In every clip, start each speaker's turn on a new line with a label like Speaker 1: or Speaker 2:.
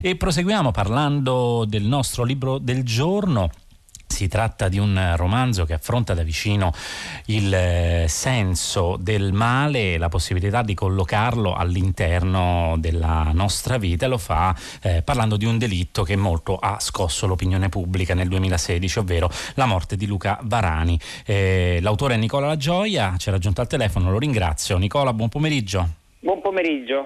Speaker 1: E proseguiamo parlando del nostro libro del giorno. Si tratta di un romanzo che affronta da vicino il senso del male e la possibilità di collocarlo all'interno della nostra vita, e lo fa parlando di un delitto che molto ha scosso l'opinione pubblica nel 2016, ovvero la morte di Luca Varani. L'autore è Nicola La Gioia, ci ha raggiunto al telefono, lo ringrazio. Nicola, buon pomeriggio.
Speaker 2: Buon pomeriggio.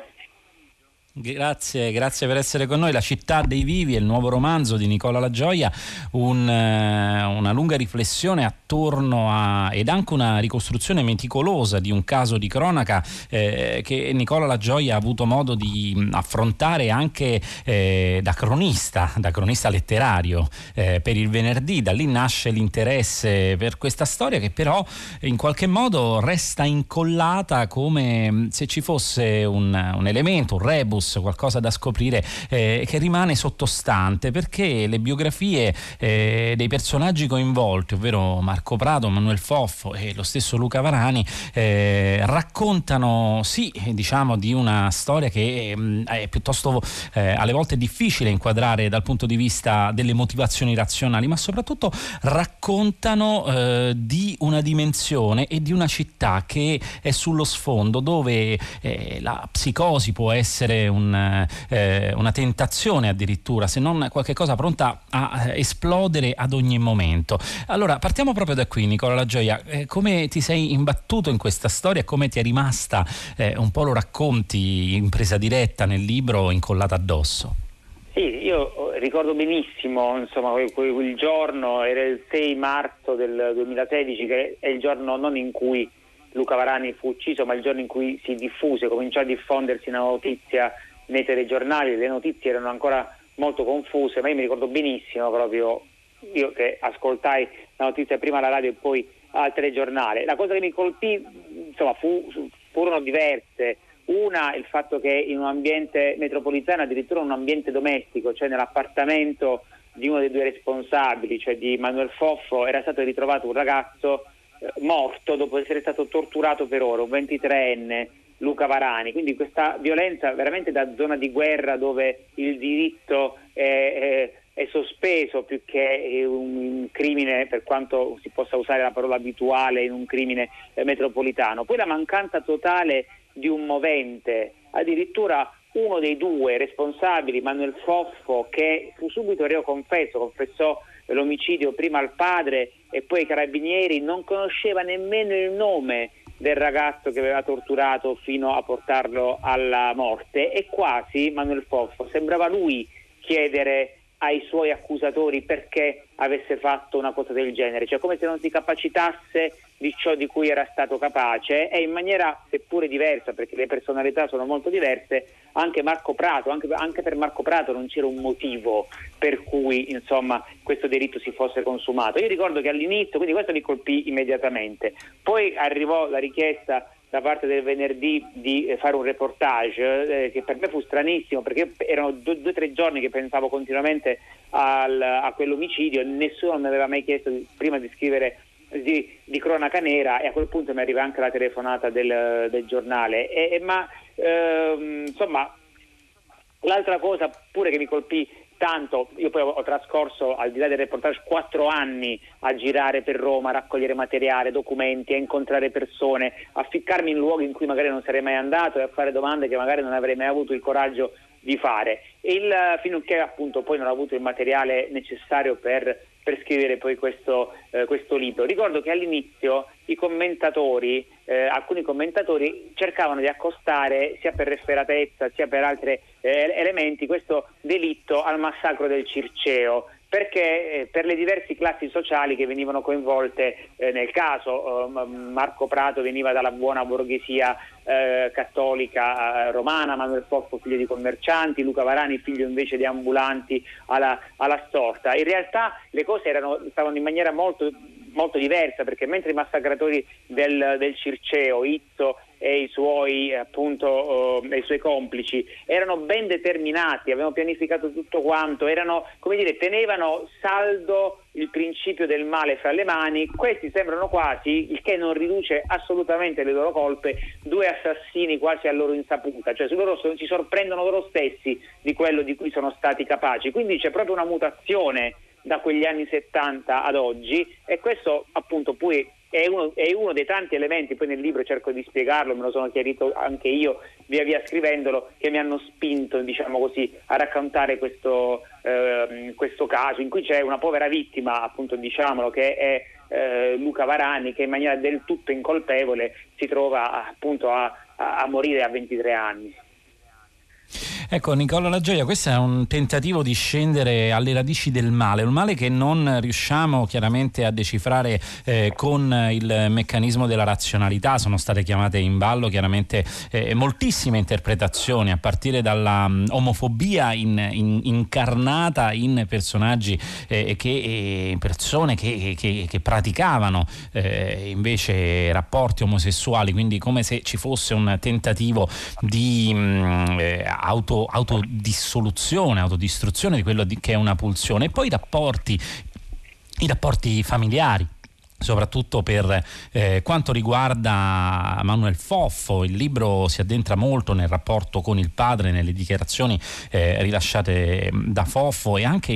Speaker 1: Grazie per essere con noi. La città dei vivi è il nuovo romanzo di Nicola La Gioia, una lunga riflessione attorno a ed anche una ricostruzione meticolosa di un caso di cronaca che Nicola La Gioia ha avuto modo di affrontare anche da cronista letterario per il Venerdì. Da lì nasce l'interesse per questa storia, che però in qualche modo resta incollata come se ci fosse un elemento, un rebus, qualcosa da scoprire che rimane sottostante, perché le biografie dei personaggi coinvolti, ovvero Marco Prato, Manuel Foffo e lo stesso Luca Varani, raccontano di una storia che è piuttosto alle volte difficile inquadrare dal punto di vista delle motivazioni razionali, ma soprattutto raccontano di una dimensione e di una città che è sullo sfondo, dove la psicosi può essere una tentazione addirittura, se non qualche cosa pronta a esplodere ad ogni momento. Allora partiamo proprio da qui, Nicola La Gioia. Come ti sei imbattuto in questa storia e come ti è rimasta, un po' lo racconti in presa diretta nel libro, incollata addosso?
Speaker 2: Sì, io ricordo benissimo, insomma, quel giorno, era il 6 marzo del 2016, che è il giorno non in cui Luca Varani fu ucciso, ma il giorno in cui si diffuse, cominciò a diffondersi una notizia nei telegiornali. Le notizie erano ancora molto confuse, ma io mi ricordo benissimo, proprio io che ascoltai la notizia prima alla radio e poi al telegiornale. La cosa che mi colpì, insomma, furono diverse. Una, il fatto che in un ambiente metropolitano, addirittura un ambiente domestico, cioè nell'appartamento di uno dei due responsabili, cioè di Manuel Foffo, era stato ritrovato un ragazzo morto dopo essere stato torturato per ore, un 23enne, Luca Varani. Quindi questa violenza veramente da zona di guerra, dove il diritto è sospeso più che un crimine, per quanto si possa usare la parola abituale in un crimine metropolitano. Poi la mancanza totale di un movente, addirittura uno dei due responsabili, Manuel Foffo, che fu subito reo confesso, confessò l'omicidio prima al padre e poi ai carabinieri, non conosceva nemmeno il nome del ragazzo che aveva torturato fino a portarlo alla morte, e quasi Manuel Foffo sembrava lui chiedere ai suoi accusatori perché avesse fatto una cosa del genere, cioè come se non si capacitasse di ciò di cui era stato capace. E in maniera seppure diversa, perché le personalità sono molto diverse, anche Marco Prato, anche per Marco Prato non c'era un motivo per cui, insomma, questo delitto si fosse consumato. Io ricordo che all'inizio, quindi questo mi colpì immediatamente, poi arrivò la richiesta da parte del Venerdì di fare un reportage che per me fu stranissimo, perché erano 2 o 3 giorni che pensavo continuamente a quell'omicidio, e nessuno mi aveva mai chiesto prima di scrivere di cronaca nera, e a quel punto mi arriva anche la telefonata del giornale. Insomma, l'altra cosa pure che mi colpì tanto, io poi ho trascorso, al di là del reportage, 4 anni a girare per Roma, a raccogliere materiale, documenti, a incontrare persone, a ficcarmi in luoghi in cui magari non sarei mai andato e a fare domande che magari non avrei mai avuto il coraggio di fare, fino a che appunto poi non ho avuto il materiale necessario per scrivere poi questo libro. Ricordo che all'inizio alcuni commentatori cercavano di accostare, sia per efferatezza sia per altri elementi, questo delitto al massacro del Circeo, perché per le diverse classi sociali che venivano coinvolte nel caso. Marco Prato veniva dalla buona borghesia cattolica romana, Manuel Foffo figlio di commercianti, Luca Varani figlio invece di ambulanti alla storta. In realtà le cose stavano in maniera molto molto diversa, perché mentre i massacratori del Circeo, Izzo e i suoi appunto i suoi complici erano ben determinati, avevano pianificato tutto quanto, erano, come dire, tenevano saldo il principio del male fra le mani. Questi sembrano quasi, il che non riduce assolutamente le loro colpe, due assassini quasi a loro insaputa, cioè si sorprendono loro stessi di quello di cui sono stati capaci. Quindi c'è proprio una mutazione da quegli anni 70 ad oggi, e questo appunto poi è uno dei tanti elementi, poi nel libro cerco di spiegarlo, me lo sono chiarito anche io via via scrivendolo, che mi hanno spinto, diciamo così, a raccontare questo caso in cui c'è una povera vittima, appunto, diciamolo, che è Luca Varani, che in maniera del tutto incolpevole si trova appunto a morire a 23 anni.
Speaker 1: Ecco, Nicola La Gioia, questo è un tentativo di scendere alle radici del male, un male che non riusciamo chiaramente a decifrare con il meccanismo della razionalità. Sono state chiamate in ballo chiaramente moltissime interpretazioni, a partire dalla omofobia incarnata in personaggi in persone che praticavano invece rapporti omosessuali, quindi come se ci fosse un tentativo di autodissoluzione, autodistruzione di quello che è una pulsione. E poi i rapporti familiari, soprattutto per quanto riguarda Manuel Foffo. Il libro si addentra molto nel rapporto con il padre, nelle dichiarazioni rilasciate da Foffo, e anche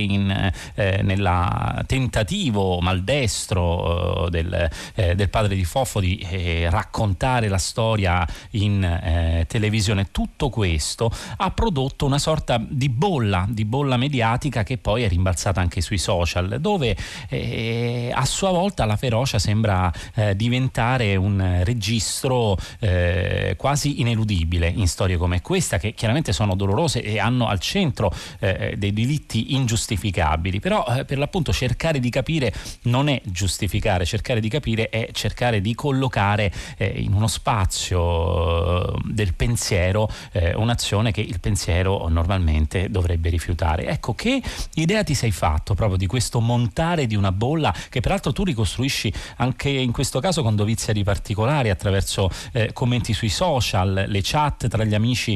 Speaker 1: nel tentativo maldestro del padre di Foffo di raccontare la storia in televisione. Tutto questo ha prodotto una sorta di bolla mediatica che poi è rimbalzata anche sui social, dove a sua volta la ferocia sembra diventare un registro quasi ineludibile in storie come questa, che chiaramente sono dolorose e hanno al centro dei delitti ingiustificabili. Però per l'appunto cercare di capire non è giustificare, cercare di capire è cercare di collocare in uno spazio del pensiero un'azione che il pensiero normalmente dovrebbe rifiutare. Ecco, che idea ti sei fatto proprio di questo montare di una bolla, che peraltro tu ricostruisci anche in questo caso con dovizia di particolari, attraverso commenti sui social, le chat tra gli amici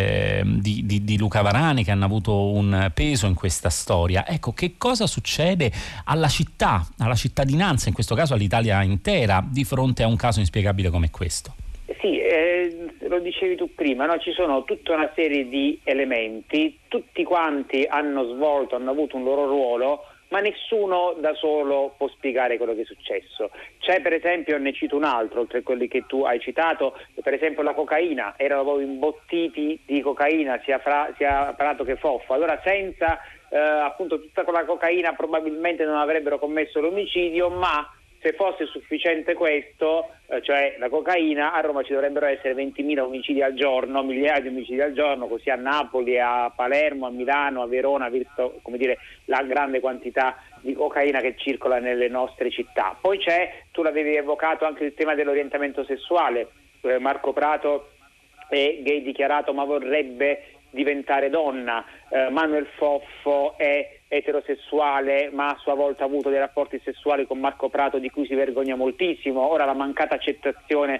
Speaker 1: di Luca Varani, che hanno avuto un peso in questa storia. Ecco, che cosa succede alla cittadinanza, in questo caso all'Italia intera, di fronte a un caso inspiegabile come questo?
Speaker 2: Sì, lo dicevi tu prima, no? Ci sono tutta una serie di elementi, tutti quanti hanno avuto un loro ruolo, ma nessuno da solo può spiegare quello che è successo. C'è, per esempio, ne cito un altro, oltre a quelli che tu hai citato, per esempio la cocaina, erano proprio imbottiti di cocaina sia Prato che Foffo. Allora senza appunto tutta quella cocaina probabilmente non avrebbero commesso l'omicidio, ma se fosse sufficiente questo, cioè la cocaina, a Roma ci dovrebbero essere 20.000 omicidi al giorno, migliaia di omicidi al giorno, così a Napoli, a Palermo, a Milano, a Verona, visto, come dire, la grande quantità di cocaina che circola nelle nostre città. Poi tu l'avevi evocato, anche il tema dell'orientamento sessuale. Marco Prato è gay dichiarato ma vorrebbe diventare donna. Manuel Foffo è eterosessuale ma a sua volta ha avuto dei rapporti sessuali con Marco Prato di cui si vergogna moltissimo. Ora la mancata accettazione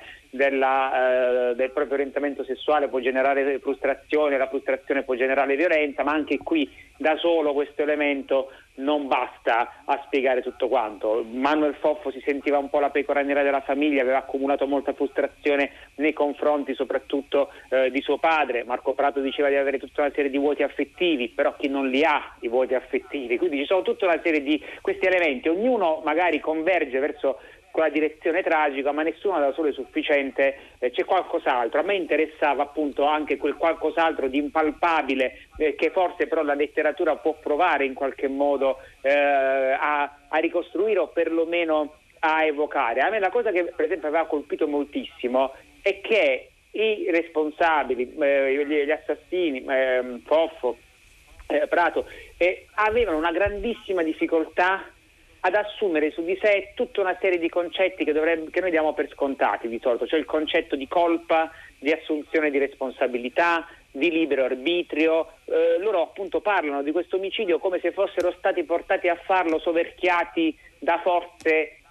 Speaker 2: del proprio orientamento sessuale può generare frustrazione, la frustrazione può generare violenza, ma anche qui da solo questo elemento non basta a spiegare tutto quanto. Manuel Foffo si sentiva un po' la pecora nera della famiglia, aveva accumulato molta frustrazione nei confronti soprattutto di suo padre. Marco Prato diceva di avere tutta una serie di vuoti affettivi, però chi non li ha i vuoti affettivi? Quindi ci sono tutta una serie di questi elementi, ognuno magari converge verso quella direzione tragica, ma nessuno da solo è sufficiente, c'è qualcos'altro. A me interessava appunto anche quel qualcos'altro di impalpabile che forse però la letteratura può provare in qualche modo a ricostruire o perlomeno a evocare. A me la cosa che per esempio aveva colpito moltissimo è che i responsabili, gli assassini, Foffo, Prato, avevano una grandissima difficoltà ad assumere su di sé tutta una serie di concetti che noi diamo per scontati di solito, cioè il concetto di colpa, di assunzione di responsabilità, di libero arbitrio. Loro appunto parlano di questo omicidio come se fossero stati portati a farlo soverchiati da forze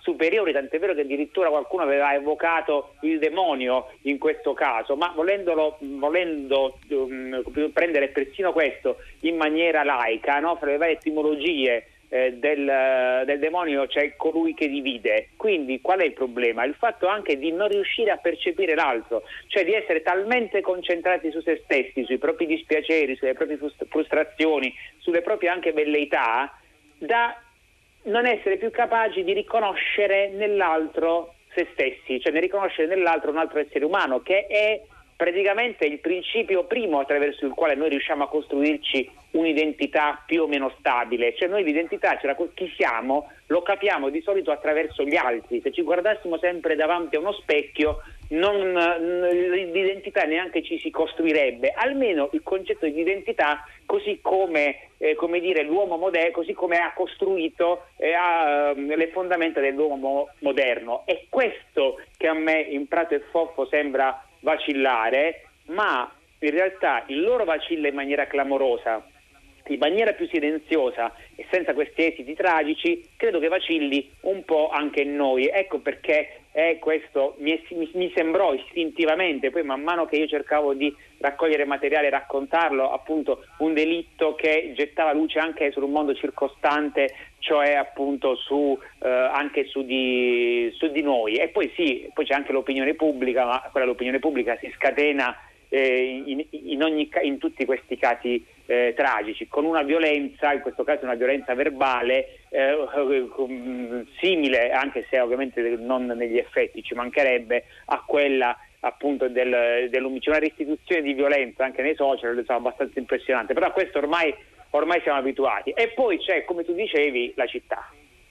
Speaker 2: superiori, tant'è vero che addirittura qualcuno aveva evocato il demonio in questo caso, ma volendo prendere persino questo in maniera laica, no? Fra le varie etimologie del demonio c'è colui che divide. Quindi qual è il problema? Il fatto anche di non riuscire a percepire l'altro, cioè di essere talmente concentrati su se stessi, sui propri dispiaceri, sulle proprie frustrazioni, sulle proprie anche velleità, da non essere più capaci di riconoscere nell'altro se stessi, cioè di riconoscere nell'altro un altro essere umano, che è praticamente il principio primo attraverso il quale noi riusciamo a costruirci un'identità più o meno stabile. Cioè noi l'identità, chi siamo, lo capiamo di solito attraverso gli altri. Se ci guardassimo sempre davanti a uno specchio, l'identità neanche ci si costruirebbe. Almeno il concetto di identità, così come l'uomo moderno, così come ha costruito le fondamenta dell'uomo moderno. È questo che a me in Prato e Foffo sembra vacillare, ma in realtà il loro vacilla in maniera clamorosa, in maniera più silenziosa e senza questi esiti tragici, credo che vacilli un po' anche in noi. Ecco perché questo mi sembrò istintivamente, poi man mano che io cercavo di raccogliere materiale e raccontarlo, appunto un delitto che gettava luce anche sul mondo circostante, cioè appunto anche su di noi. E poi poi c'è anche l'opinione pubblica, ma quella dell'opinione pubblica si scatena in tutti questi casi tragici, con una violenza, in questo caso una violenza verbale simile, anche se ovviamente non negli effetti, ci mancherebbe, a quella appunto dell'omicidio, una restituzione di violenza anche nei social, insomma, abbastanza impressionante, però a questo ormai siamo abituati. E poi c'è, come tu dicevi, la città.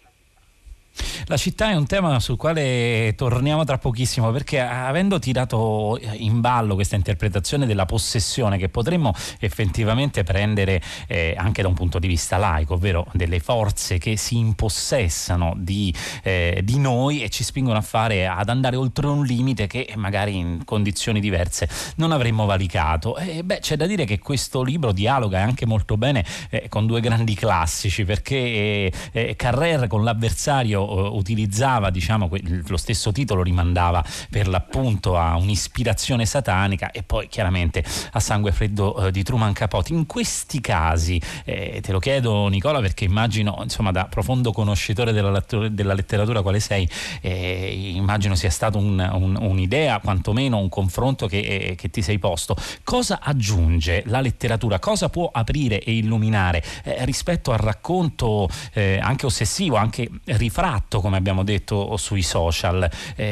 Speaker 1: La città è un tema sul quale torniamo tra pochissimo, perché avendo tirato in ballo questa interpretazione della possessione che potremmo effettivamente prendere anche da un punto di vista laico, ovvero delle forze che si impossessano di noi e ci spingono ad andare oltre un limite che magari in condizioni diverse non avremmo valicato. C'è da dire che questo libro dialoga anche molto bene con due grandi classici, perché Carrère con L'avversario utilizzava, diciamo, lo stesso titolo rimandava per l'appunto a un'ispirazione satanica, e poi chiaramente a Sangue freddo di Truman Capote. In questi casi te lo chiedo, Nicola, perché immagino, insomma, da profondo conoscitore della letteratura quale sei, immagino sia stato un'idea, quantomeno un confronto che ti sei posto. Cosa aggiunge la letteratura? Cosa può aprire e illuminare rispetto al racconto anche ossessivo, anche rifratto, come abbiamo detto sui social?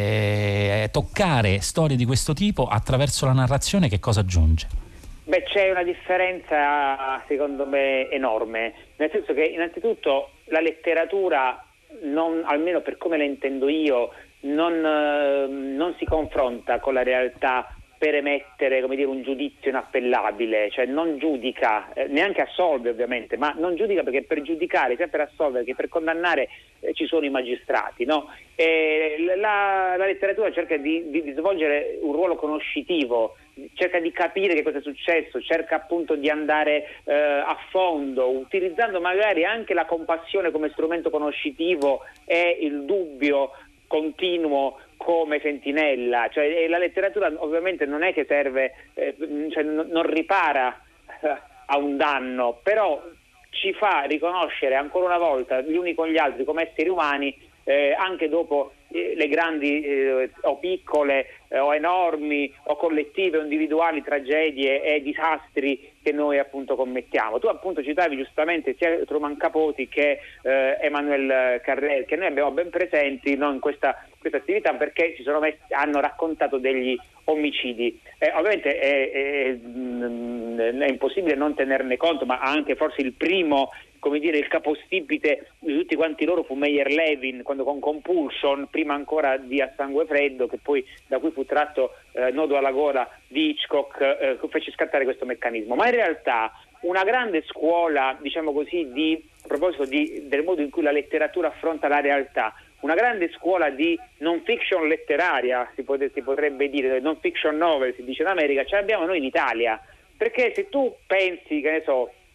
Speaker 1: Toccare storie di questo tipo attraverso la narrazione, che cosa aggiunge?
Speaker 2: C'è una differenza secondo me enorme, nel senso che innanzitutto la letteratura, almeno per come la intendo io, non si confronta con la realtà per emettere, come dire, un giudizio inappellabile, cioè non giudica, neanche assolve ovviamente, ma non giudica, perché per giudicare, sia per assolvere che per condannare ci sono i magistrati, no? La letteratura cerca di svolgere un ruolo conoscitivo, cerca di capire che cosa è successo, cerca appunto di andare a fondo, utilizzando magari anche la compassione come strumento conoscitivo e il dubbio continuo come sentinella. Cioè, la letteratura ovviamente non è che serve, cioè non ripara a un danno, però ci fa riconoscere ancora una volta gli uni con gli altri come esseri umani, anche dopo le grandi o piccole o enormi o collettive o individuali tragedie e disastri che noi appunto commettiamo. Tu appunto citavi giustamente sia Truman Capote che Emmanuel Carrère, che noi abbiamo ben presenti, no, in questa attività, perché hanno raccontato degli omicidi. Ovviamente è impossibile non tenerne conto, ma anche forse il primo, come dire, il capostipite di tutti quanti loro fu Meyer Levin, quando con Compulsion, prima ancora di A Sangue freddo, che poi da cui fu tratto Nodo alla gola di Hitchcock, fece scattare questo meccanismo. Ma in realtà una grande scuola, diciamo così, a proposito del modo in cui la letteratura affronta la realtà, una grande scuola di non fiction letteraria, si potrebbe dire, non fiction novel, si dice in America, ce l'abbiamo noi in Italia. Perché se tu pensi, che ne so,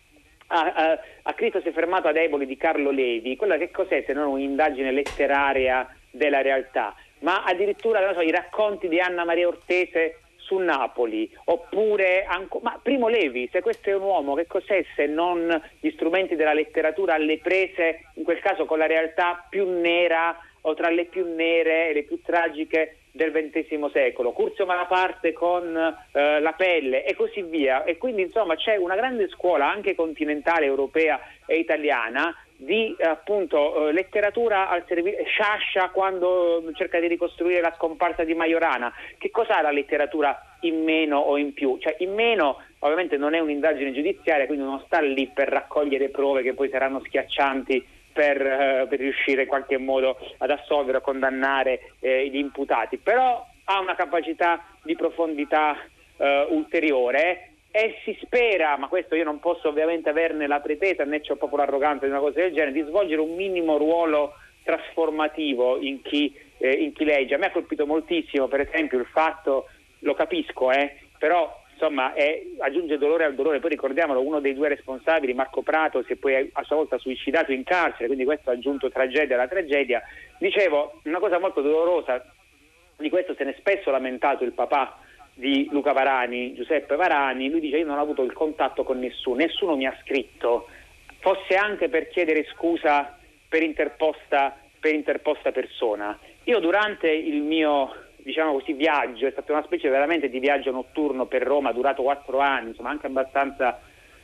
Speaker 2: a Cristo si è fermato ad Eboli di Carlo Levi, quella che cos'è se non un'indagine letteraria della realtà? Ma addirittura non so, i racconti di Anna Maria Ortese su Napoli, oppure ma Primo Levi, se questo è un uomo, che cos'è se non gli strumenti della letteratura alle prese, in quel caso con la realtà più nera o tra le più nere e le più tragiche del XX secolo, Curzio Malaparte con La pelle e così via. E quindi insomma c'è una grande scuola anche continentale, europea e italiana di appunto letteratura al servizio. Sciascia, quando cerca di ricostruire la scomparsa di Majorana, che cos'ha la letteratura in meno o in più? Cioè in meno ovviamente non è un'indagine giudiziaria, quindi non sta lì per raccogliere prove che poi saranno schiaccianti per riuscire in qualche modo ad assolvere o condannare gli imputati, però ha una capacità di profondità ulteriore e si spera, ma questo io non posso ovviamente averne la pretesa, né c'ho proprio l'arroganza di una cosa del genere, di svolgere un minimo ruolo trasformativo in chi legge. A me ha colpito moltissimo per esempio il fatto, lo capisco, però insomma aggiunge dolore al dolore. Poi ricordiamolo, uno dei due responsabili, Marco Prato, si è poi a sua volta suicidato in carcere, quindi questo ha aggiunto tragedia alla tragedia. Dicevo, una cosa molto dolorosa, di questo se ne è spesso lamentato il papà di Luca Varani, Giuseppe Varani. Lui dice: io non ho avuto il contatto con nessuno mi ha scritto, fosse anche per chiedere scusa per interposta persona. Io durante il mio, diciamo così, viaggio, è stato una specie veramente di viaggio notturno per Roma, durato 4 anni, insomma anche abbastanza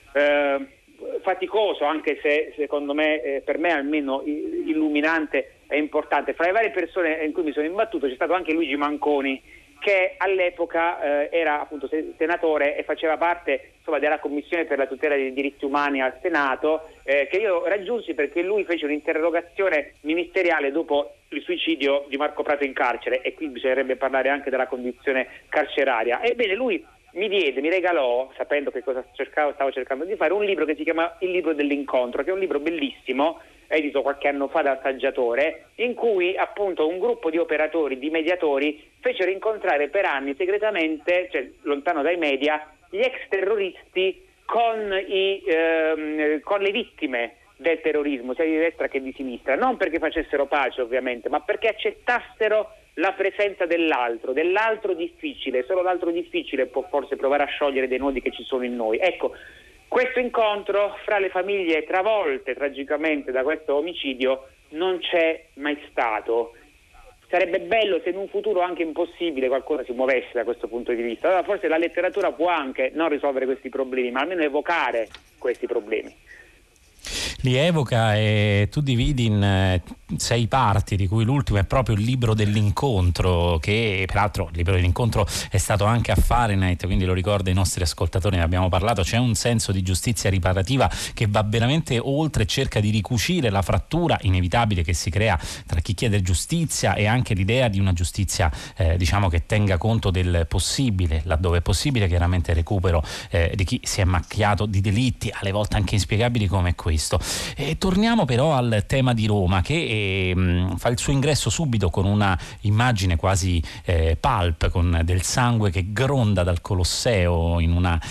Speaker 2: faticoso, anche se secondo me, per me almeno, illuminante e importante. Fra le varie persone in cui mi sono imbattuto c'è stato anche Luigi Manconi, che all'epoca era appunto senatore e faceva parte insomma della Commissione per la tutela dei diritti umani al Senato, che io raggiunsi perché lui fece un'interrogazione ministeriale dopo il suicidio di Marco Prato in carcere, e qui bisognerebbe parlare anche della condizione carceraria. Ebbene, lui mi regalò, sapendo che cosa stavo cercando di fare, un libro che si chiama Il libro dell'incontro, che è un libro bellissimo, edito qualche anno fa dal Saggiatore, in cui appunto un gruppo di operatori, di mediatori, fecero incontrare per anni segretamente, cioè lontano dai media, gli ex terroristi con le vittime del terrorismo, sia di destra che di sinistra, non perché facessero pace ovviamente, ma perché accettassero la presenza dell'altro difficile. Solo l'altro difficile può forse provare a sciogliere dei nodi che ci sono in noi. Ecco, questo incontro fra le famiglie travolte tragicamente da questo omicidio non c'è mai stato. Sarebbe bello se in un futuro anche impossibile qualcosa si muovesse da questo punto di vista. Allora forse la letteratura può anche non risolvere questi problemi, ma almeno evocare questi problemi.
Speaker 1: Li evoca, e tu dividi in 6 parti, di cui l'ultimo è proprio il libro dell'incontro, che peraltro il libro dell'incontro è stato anche a Fahrenheit, quindi lo ricorda ai nostri ascoltatori, ne abbiamo parlato. C'è un senso di giustizia riparativa che va veramente oltre, cerca di ricucire la frattura inevitabile che si crea tra chi chiede giustizia e anche l'idea di una giustizia diciamo che tenga conto del possibile, laddove è possibile, chiaramente recupero di chi si è macchiato di delitti alle volte anche inspiegabili come questo. Torniamo però al tema di Roma, che fa il suo ingresso subito con una immagine quasi pulp, con del sangue che gronda dal Colosseo, in una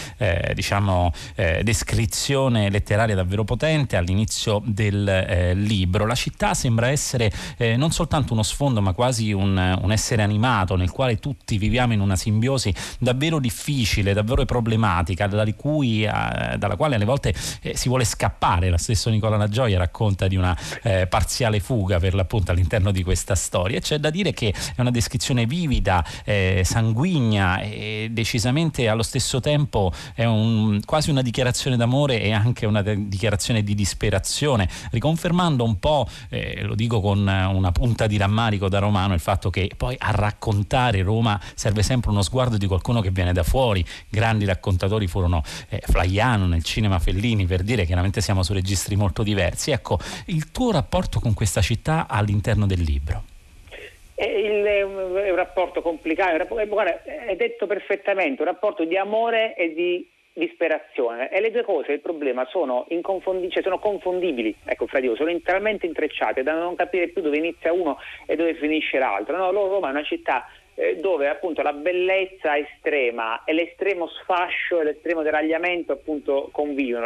Speaker 1: descrizione letteraria davvero potente all'inizio del libro. La città sembra essere non soltanto uno sfondo, ma quasi un essere animato nel quale tutti viviamo in una simbiosi davvero difficile, davvero problematica, dalla quale alle volte si vuole scappare. La stesso Nicola La Gioia racconta di una parziale fuga per l'appunto all'interno di questa storia, e c'è da dire che è una descrizione vivida, sanguigna, e decisamente allo stesso tempo è quasi una dichiarazione d'amore e anche una dichiarazione di disperazione, riconfermando un po', lo dico con una punta di rammarico da romano, il fatto che poi a raccontare Roma serve sempre uno sguardo di qualcuno che viene da fuori. Grandi raccontatori furono Flaiano, nel cinema Fellini, per dire, chiaramente siamo su registri molto diversi. Ecco, il tuo rapporto con questa città all'interno del libro.
Speaker 2: È un rapporto complicato, guarda, è detto perfettamente, un rapporto di amore e di disperazione, e le due cose, il problema, sono confondibili, ecco, fra di loro, sono talmente intrecciate da non capire più dove inizia uno e dove finisce l'altro. No, Roma è una città dove appunto la bellezza estrema e l'estremo sfascio e l'estremo deragliamento appunto convivono.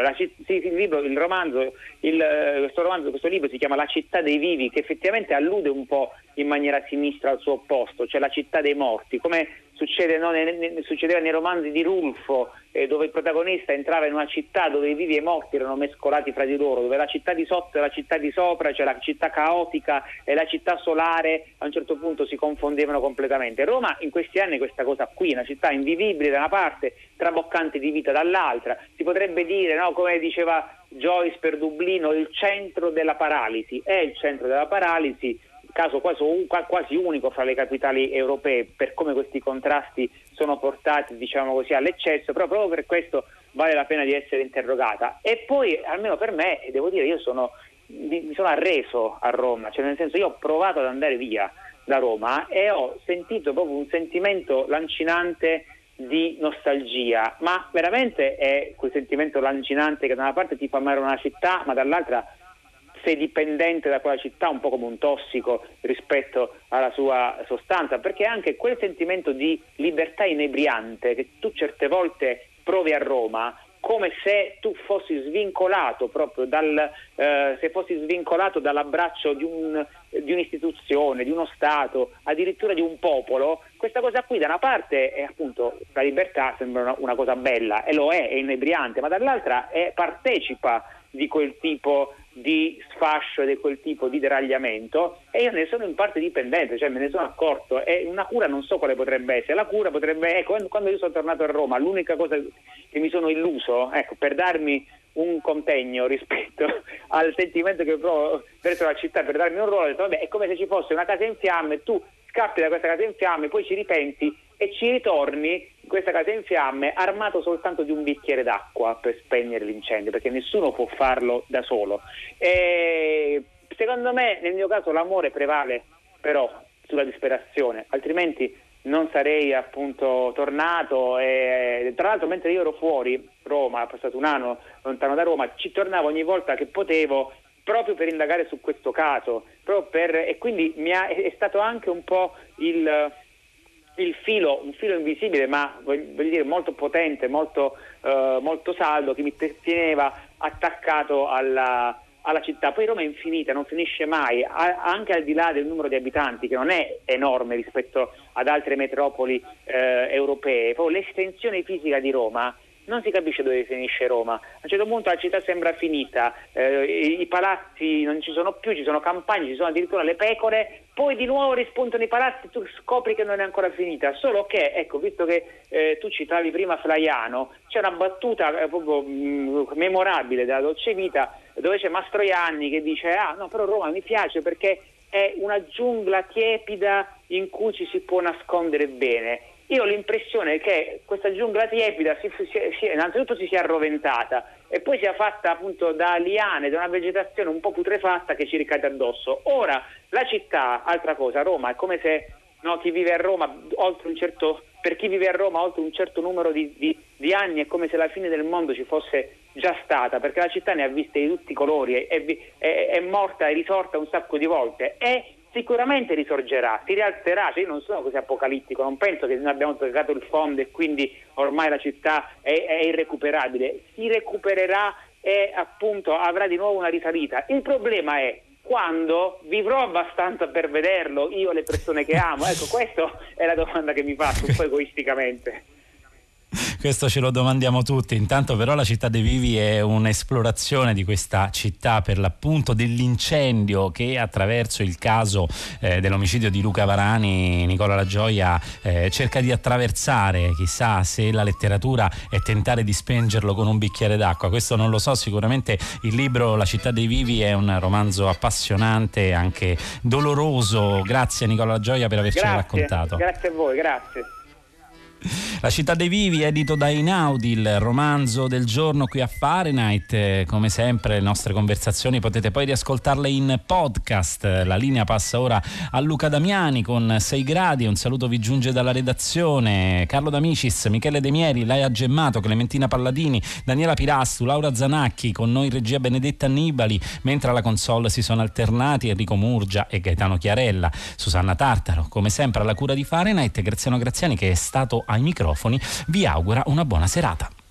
Speaker 2: Questo libro si chiama La città dei vivi, che effettivamente allude un po' in maniera sinistra al suo opposto, cioè la città dei morti, come succedeva nei romanzi di Rulfo, dove il protagonista entrava in una città dove i vivi e i morti erano mescolati fra di loro, dove la città di sotto e la città di sopra, cioè la città caotica e la città solare, a un certo punto si confondevano completamente. Roma in questi anni questa cosa qui, una città invivibile da una parte, traboccante di vita dall'altra, si potrebbe dire, no, come diceva Joyce per Dublino, il centro della paralisi, è il centro della paralisi, caso quasi unico fra le capitali europee per come questi contrasti sono portati, diciamo così, all'eccesso, però proprio per questo vale la pena di essere interrogata. E poi, almeno per me, devo dire, mi sono arreso a Roma, cioè nel senso, io ho provato ad andare via da Roma e ho sentito proprio un sentimento lancinante di nostalgia, ma veramente è quel sentimento lancinante che da una parte ti fa amare una città, ma dall'altra sei dipendente da quella città un po' come un tossico rispetto alla sua sostanza, perché anche quel sentimento di libertà inebriante che tu certe volte provi a Roma, come se tu fossi svincolato proprio dall'abbraccio di un'istituzione, di uno Stato, addirittura di un popolo. Questa cosa qui da una parte è appunto la libertà, sembra una cosa bella, e lo è inebriante, ma dall'altra partecipa di quel tipo di sfascio e di quel tipo di deragliamento, e io ne sono in parte dipendente, cioè me ne sono accorto, e una cura non so quale potrebbe essere. La cura potrebbe, quando io sono tornato a Roma, l'unica cosa che mi sono illuso, per darmi un contegno rispetto al sentimento che provo verso la città, per darmi un ruolo, ho detto, vabbè, è come se ci fosse una casa in fiamme, tu scappi da questa casa in fiamme, poi ci ripensi e ci ritorni in questa casa in fiamme armato soltanto di un bicchiere d'acqua per spegnere l'incendio, perché nessuno può farlo da solo. E secondo me, nel mio caso, l'amore prevale però sulla disperazione, altrimenti non sarei appunto tornato. E tra l'altro, mentre io ero fuori Roma, passato un anno lontano da Roma, ci tornavo ogni volta che potevo, proprio per indagare su questo caso, e quindi è stato anche un po' un filo invisibile, ma voglio dire molto potente, molto saldo, che mi teneva attaccato alla città. Poi Roma è infinita, non finisce mai, anche al di là del numero di abitanti, che non è enorme rispetto ad altre metropoli europee. Poi l'estensione fisica di Roma, non si capisce dove finisce Roma. A un certo punto la città sembra finita, i palazzi non ci sono più, ci sono campagne, ci sono addirittura le pecore, poi di nuovo rispuntano i palazzi, tu scopri che non è ancora finita. Solo che, ecco, visto che tu citavi prima Flaiano, c'è una battuta proprio memorabile della Dolce Vita, dove c'è Mastroianni che dice: ah no, però Roma mi piace perché è una giungla tiepida in cui ci si può nascondere bene. Io ho l'impressione che questa giungla tiepida innanzitutto si sia arroventata e poi sia fatta appunto da liane, da una vegetazione un po' putrefatta che ci ricade addosso. Ora, la città, altra cosa, Roma è come se chi vive a Roma per chi vive a Roma oltre un certo numero di anni è come se la fine del mondo ci fosse già stata, perché la città ne ha viste di tutti i colori, è morta e risorta un sacco di volte, e sicuramente risorgerà, si rialzerà. Cioè, io non sono così apocalittico, non penso che noi abbiamo toccato il fondo e quindi ormai la città è irrecuperabile. Si recupererà e appunto avrà di nuovo una risalita. Il problema è quando vivrò abbastanza per vederlo, io e le persone che amo. Ecco, questa è la domanda che mi faccio un po' egoisticamente.
Speaker 1: Questo ce lo domandiamo tutti. Intanto però La città dei vivi è un'esplorazione di questa città, per l'appunto dell'incendio che attraverso il caso dell'omicidio di Luca Varani, Nicola La Gioia cerca di attraversare. Chissà se la letteratura è tentare di spengerlo con un bicchiere d'acqua, questo non lo so. Sicuramente il libro La città dei vivi è un romanzo appassionante, anche doloroso. Grazie Nicola La Gioia per avercelo raccontato.
Speaker 2: Grazie a voi, grazie.
Speaker 1: La città dei vivi, edito da Einaudi, il romanzo del giorno qui a Fahrenheit. Come sempre le nostre conversazioni potete poi riascoltarle in podcast. La linea passa ora a Luca Damiani con 6 gradi. Un saluto vi giunge dalla redazione. Carlo D'Amicis, Michele De Mieri, Laia Gemmato, Clementina Palladini, Daniela Pirastu, Laura Zanacchi, con noi in regia Benedetta Annibali, mentre alla console si sono alternati Enrico Murgia e Gaetano Chiarella. Susanna Tartaro, come sempre alla cura di Fahrenheit. Graziano Graziani, che è stato ai microfoni, vi augura una buona serata.